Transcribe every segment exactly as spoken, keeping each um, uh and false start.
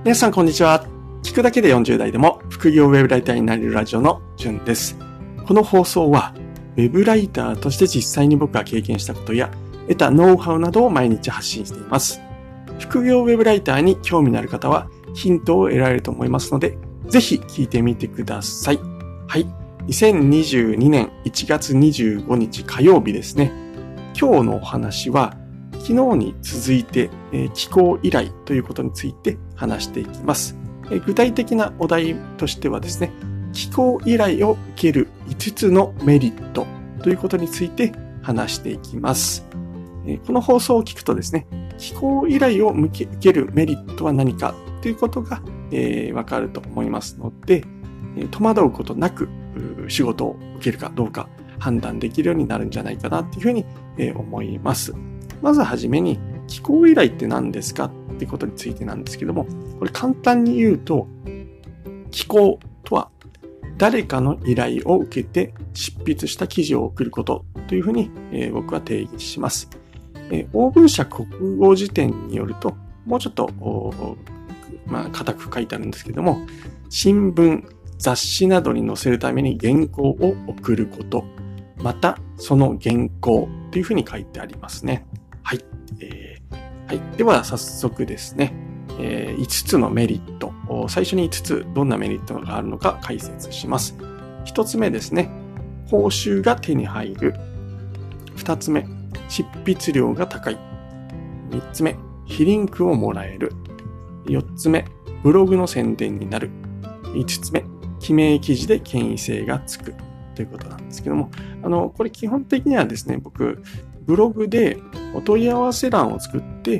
皆さんこんにちは。聞くだけでよんじゅう代でも副業ウェブライターになれるラジオのじゅんです。この放送はウェブライターとして実際に僕が経験したことや得たノウハウなどを毎日発信しています。副業ウェブライターに興味のある方はヒントを得られると思いますので、ぜひ聞いてみてください。はい。にせんにじゅうにねんいちがつにじゅうごにち火曜日ですね。今日のお話は昨日に続いて、えー、寄稿依頼ということについて話していきます。えー、具体的なお題としてはですね、寄稿依頼を受けるいつつのメリットということについて話していきます。えー、この放送を聞くとですね、寄稿依頼を受けるメリットは何かということが、えー、わかると思いますので、えー、戸惑うことなく仕事を受けるかどうか判断できるようになるんじゃないかなというふうに、えー、思います。まずはじめに、寄稿依頼って何ですかっていうことについてなんですけども、これ簡単に言うと、寄稿とは誰かの依頼を受けて執筆した記事を送ることというふうに、えー、僕は定義します。えー、欧文社国語辞典によると、もうちょっと、まあ、固く書いてあるんですけども、新聞、雑誌などに載せるために原稿を送ること、またその原稿というふうに書いてありますね。はい。えー、はい。では早速ですね、えー、いつつのメリット。最初にいつつどんなメリットがあるのか解説します。ひとつめですね、報酬が手に入る。ふたつめ、執筆料が高い。みっつめ、非リンクをもらえる。よっつめ、ブログの宣伝になる。いつつめ、記名記事で権威性がつく。ということなんですけども、あの、これ基本的にはですね、僕、ブログでお問い合わせ欄を作って、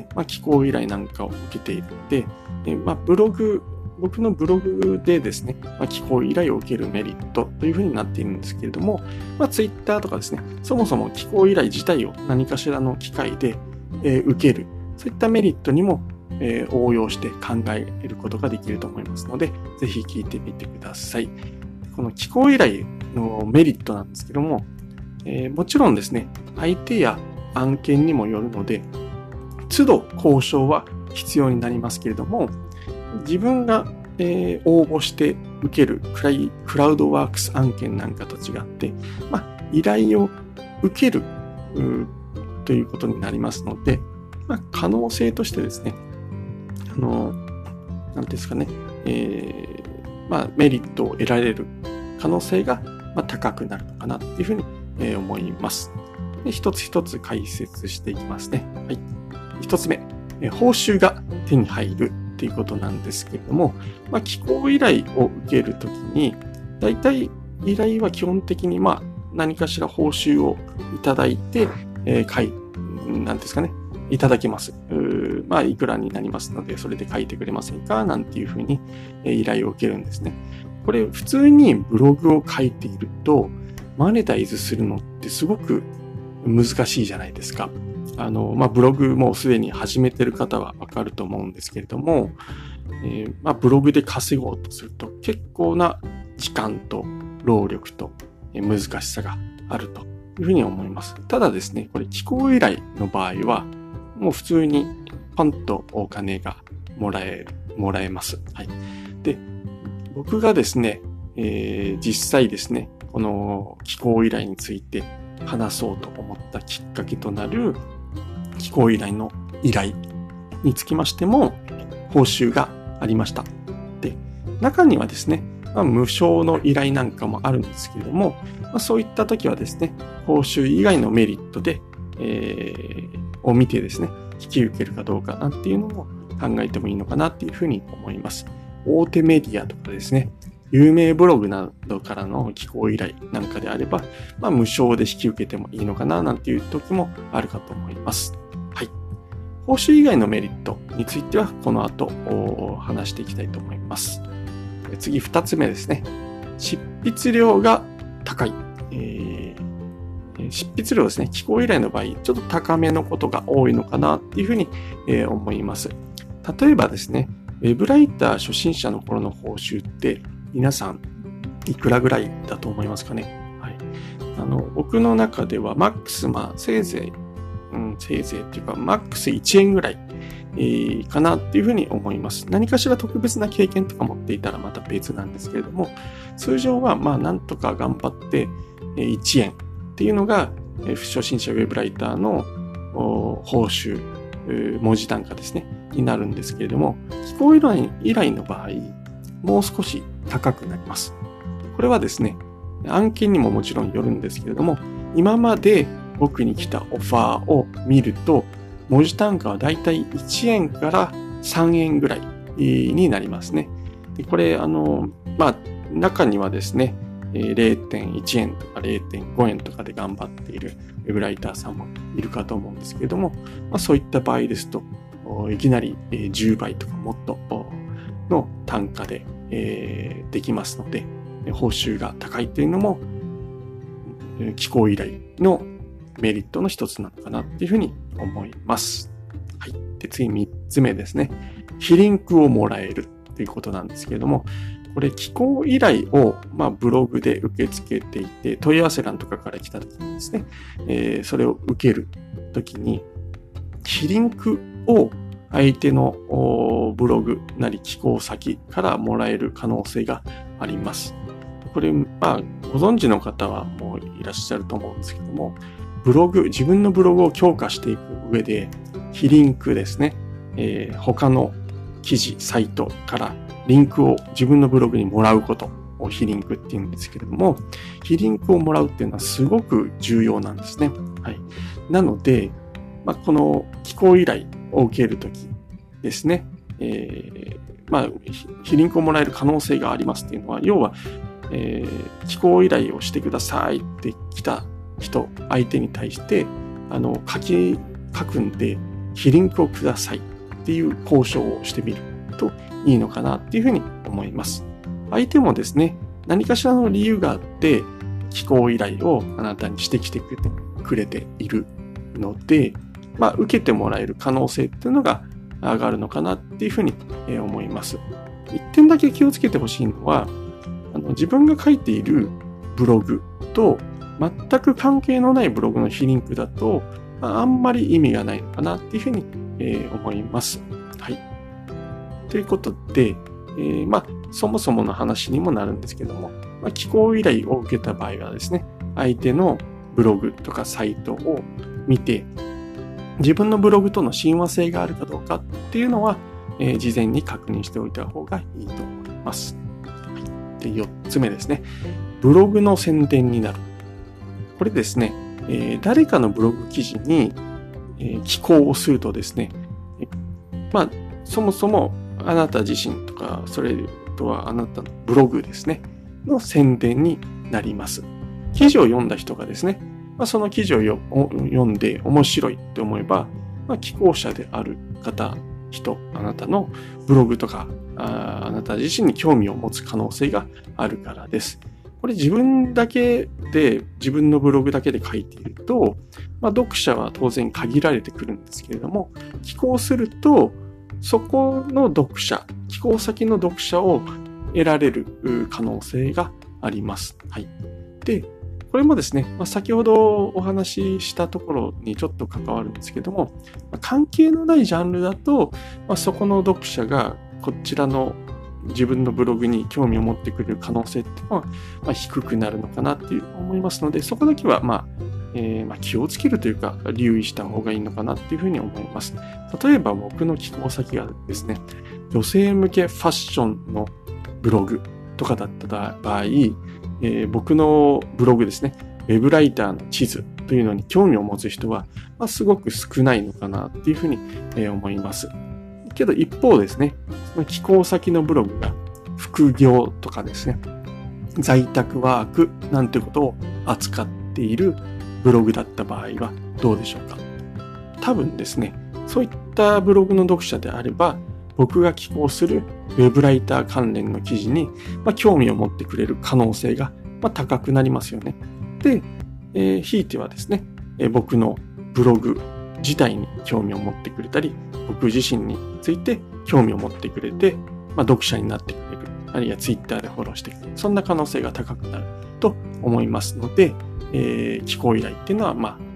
まあ、寄稿依頼なんかを受けているので、えまあ、ブログ、僕のブログでですね、まあ、寄稿依頼を受けるメリットというふうになっているんですけれども、まあ、ツイッターとかですね、そもそも寄稿依頼自体を何かしらの機会で、えー、受ける、そういったメリットにも、えー、応用して考えることができると思いますので、ぜひ聞いてみてください。この寄稿依頼のメリットなんですけども、えー、もちろんですね、相手や案件にもよるので、都度交渉は必要になりますけれども、自分が、えー、応募して受けるクライ、クラウドワークス案件なんかと違って、まあ、依頼を受けるということになりますので、まあ、可能性としてですね、あの、なんですかね、えー、まあ、メリットを得られる可能性が高くなるのかなっていうふうに思います。で、一つ一つ解説していきますね。はい。一つ目、報酬が手に入るっていうことなんですけれども、まあ、寄稿依頼を受けるときに、だいたい依頼は基本的にまあ何かしら報酬をいただいて、えー、書い、なんですかね、いただけます。まあ、いくらになりますので、それで書いてくれませんかなんていうふうに依頼を受けるんですね。これ普通にブログを書いているとマネタイズするのってすごく難しいじゃないですか。あの、まあ、ブログもすでに始めてる方はわかると思うんですけれども、えー、まあ、ブログで稼ごうとすると結構な時間と労力と難しさがあるというふうに思います。ただですね、これ寄稿依頼の場合はもう普通にパンとお金がもらえる、もらえます。はい。で、僕がですね、えー、実際ですね、この寄稿依頼について話そうと思ったきっかけとなる寄稿依頼の依頼につきましても報酬がありました。で、中にはですね、まあ、無償の依頼なんかもあるんですけれども、まあ、そういった時はですね、報酬以外のメリットで、えー、を見てですね、引き受けるかどうかなっていうのも考えてもいいのかなっていうふうに思います。大手メディアとかですね、有名ブログなどからの寄稿依頼なんかであれば、まあ、無償で引き受けてもいいのかななんていう時もあるかと思います。はい。報酬以外のメリットについてはこの後話していきたいと思います。次二つ目ですね。執筆料が高い。えー、執筆料ですね。寄稿依頼の場合、ちょっと高めのことが多いのかなっていうふうに思います。例えばですね、ウェブライター初心者の頃の報酬って皆さんいくらぐらいだと思いますかね。はい。あの、僕の中ではマックス、まあ、せいぜい、うん、せいぜいっていうか、マックスいちえんぐらいえー、かなっていうふうに思います。何かしら特別な経験とか持っていたらまた別なんですけれども、通常はまあなんとか頑張っていちえんっていうのが初心者ウェブライターの報酬、文字単価ですね、になるんですけれども、寄稿依頼、依頼の場合、もう少し高くなります。これはですね、案件にももちろんよるんですけれども、今まで僕に来たオファーを見ると、文字単価はだいたいいちえんからさんえんぐらいになりますね。でこれ、あの、まあ、中にはですね、れいてんいちえんとか れいてんごえんとかで頑張っているウェブライターさんもいるかと思うんですけれども、まあ、そういった場合ですと、いきなりじゅうばいとかもっとの単価でできますので、報酬が高いっていうのも、寄稿依頼のメリットの一つなのかなっていうふうに思います。はい。で、次みっつめですね。非リンクをもらえるということなんですけれども、これ、寄稿依頼を、まあ、ブログで受け付けていて、問い合わせ欄とかから来た時にですね、えー、それを受ける時に、非リンクを相手のブログなり寄稿先からもらえる可能性があります。これ、まあ、ご存知の方はもういらっしゃると思うんですけども、ブログ、自分のブログを強化していく上で、非リンクですね、えー、他の記事、サイトからリンクを自分のブログにもらうことを非リンクって言うんですけれども、非リンクをもらうっていうのはすごく重要なんですね。はい。なので、まあ、この寄稿依頼を受けるときですね、えー、まあ、非リンクをもらえる可能性がありますっていうのは、要は、えー、寄稿依頼をしてくださいって来た人、相手に対して、あの、書き、書くんで、非リンクをくださいっていう交渉をしてみるといいのかなっていうふうに思います。相手もですね、何かしらの理由があって、寄稿依頼をあなたにしてきてくれているので、まあ、受けてもらえる可能性っていうのが上がるのかなっていうふうに思います。一点だけ気をつけてほしいのは、あの自分が書いているブログと全く関係のないブログの非リンクだと、まあ、あんまり意味がないのかなっていうふうに、えー、思います。はい。ということで、えー、まあ、そもそもの話にもなるんですけども、まあ、寄稿依頼を受けた場合はですね、相手のブログとかサイトを見て、自分のブログとの親和性があるかどうかっていうのは、えー、事前に確認しておいた方がいいと思います。はい、で、よっつめですね。ブログの宣伝になる。これですね、えー、誰かのブログ記事に、えー、寄稿をするとですね、まあ、そもそもあなた自身とか、それとはあなたのブログですね、の宣伝になります。記事を読んだ人がですね、まあ、その記事をよ読んで面白いって思えば、まあ、寄稿者である方、人、あなたのブログとかあ、あなた自身に興味を持つ可能性があるからです。これ自分だけで、自分のブログだけで書いていると、まあ、読者は当然限られてくるんですけれども、寄稿すると、そこの読者、寄稿先の読者を得られる可能性があります。はい。で、これもですね、まあ、先ほどお話ししたところにちょっと関わるんですけども、まあ、関係のないジャンルだと、まあ、そこの読者がこちらの自分のブログに興味を持ってくれる可能性っていうのは、まあ、低くなるのかなっていう思いますので、そこだけは、まあえーまあ、気をつけるというか、留意した方がいいのかなっていうふうに思います。例えば僕の寄稿先がですね、女性向けファッションのブログとかだった場合、えー、僕のブログですね、ウェブライターの地図というのに興味を持つ人は、まあ、すごく少ないのかなっていうふうに、えー、思います。けど一方ですね、その寄稿先のブログが副業とかですね、在宅ワークなんてことを扱っているブログだった場合はどうでしょうか。多分ですね、そういったブログの読者であれば、僕が寄稿するウェブライター関連の記事に、まあ、興味を持ってくれる可能性が、まあ、高くなりますよね。で、えー、ひいてはですね、えー、僕のブログ自体に興味を持ってくれたり、僕自身について興味を持ってくれて、まあ、読者になってくれる、あるいはツイッターでフォローしてくれる、そんな可能性が高くなると思いますので、えー、寄稿依頼っていうのは、まあ、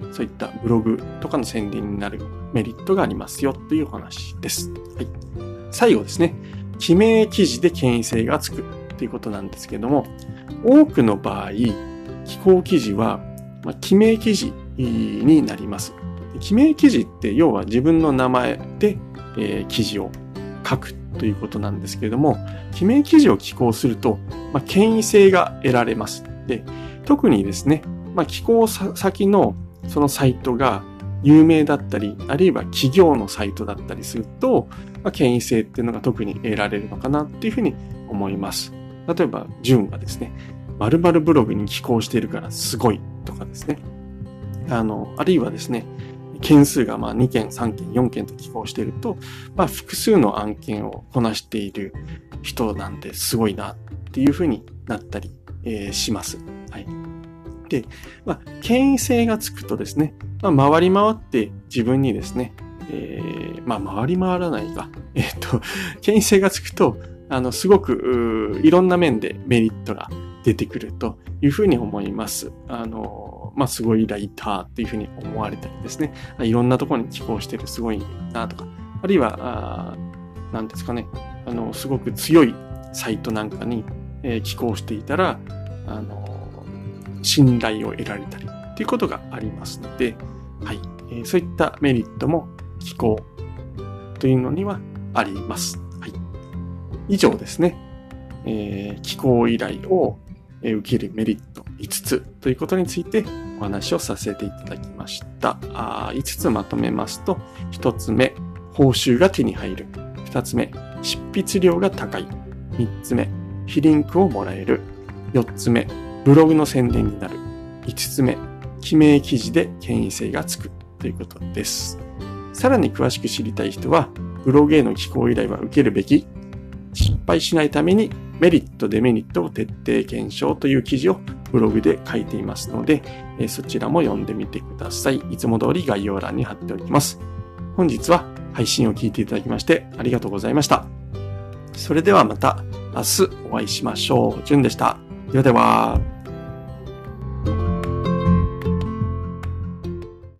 そういったブログとかの宣伝になるメリットがありますよというお話です。はい。最後ですね。記名記事で権威性がつくということなんですけども、多くの場合、寄稿記事は、まあ、記名記事になります。記名記事って要は自分の名前で、えー、記事を書くということなんですけれども、記名記事を寄稿すると、まあ、権威性が得られます。で、特にですね、まあ、寄稿先のそのサイトが有名だったり、あるいは企業のサイトだったりすると、まあ、権威性っていうのが特に得られるのかなっていうふうに思います。例えば、純はですね、〇〇ブログに寄稿しているからすごいとかですね。あの、あるいはですね、件数がまあにけん、さんけん、よんけんと寄稿していると、まあ複数の案件をこなしている人なんですごいなっていうふうになったり、えー、します。はい。で、まあ、権威性がつくとですね、まあ、回り回って自分にですね、えー、まあ回り回らないか、えっと、権威性がつくと、あの、すごく、いろんな面でメリットが出てくるというふうに思います。あの、まあ、すごいライターっていうふうに思われたりですね。いろんなところに寄稿してるすごいなとか、あるいは、あなんですかね、あの、すごく強いサイトなんかに、えー、寄稿していたら、あの、信頼を得られたりっていうことがありますので、はい、えー、そういったメリットも寄稿というのにはあります。以上ですね、えー、寄稿依頼を受けるメリットいつつということについてお話をさせていただきました。あいつつまとめますと、ひとつめ、報酬が手に入る。ふたつめ、執筆量が高い。みっつめ、非リンクをもらえる。よっつめ、ブログの宣伝になる。いつつめ、記名記事で権威性がつくということです。さらに詳しく知りたい人は、ブログへの寄稿依頼は受けるべき？失敗しないためにメリット、デメリットを徹底検証という記事をブログで書いていますので、えそちらも読んでみてください。いつも通り概要欄に貼っておきます。本日は配信を聞いていただきましてありがとうございました。それではまた明日お会いしましょう。じゅんでした。ではでは。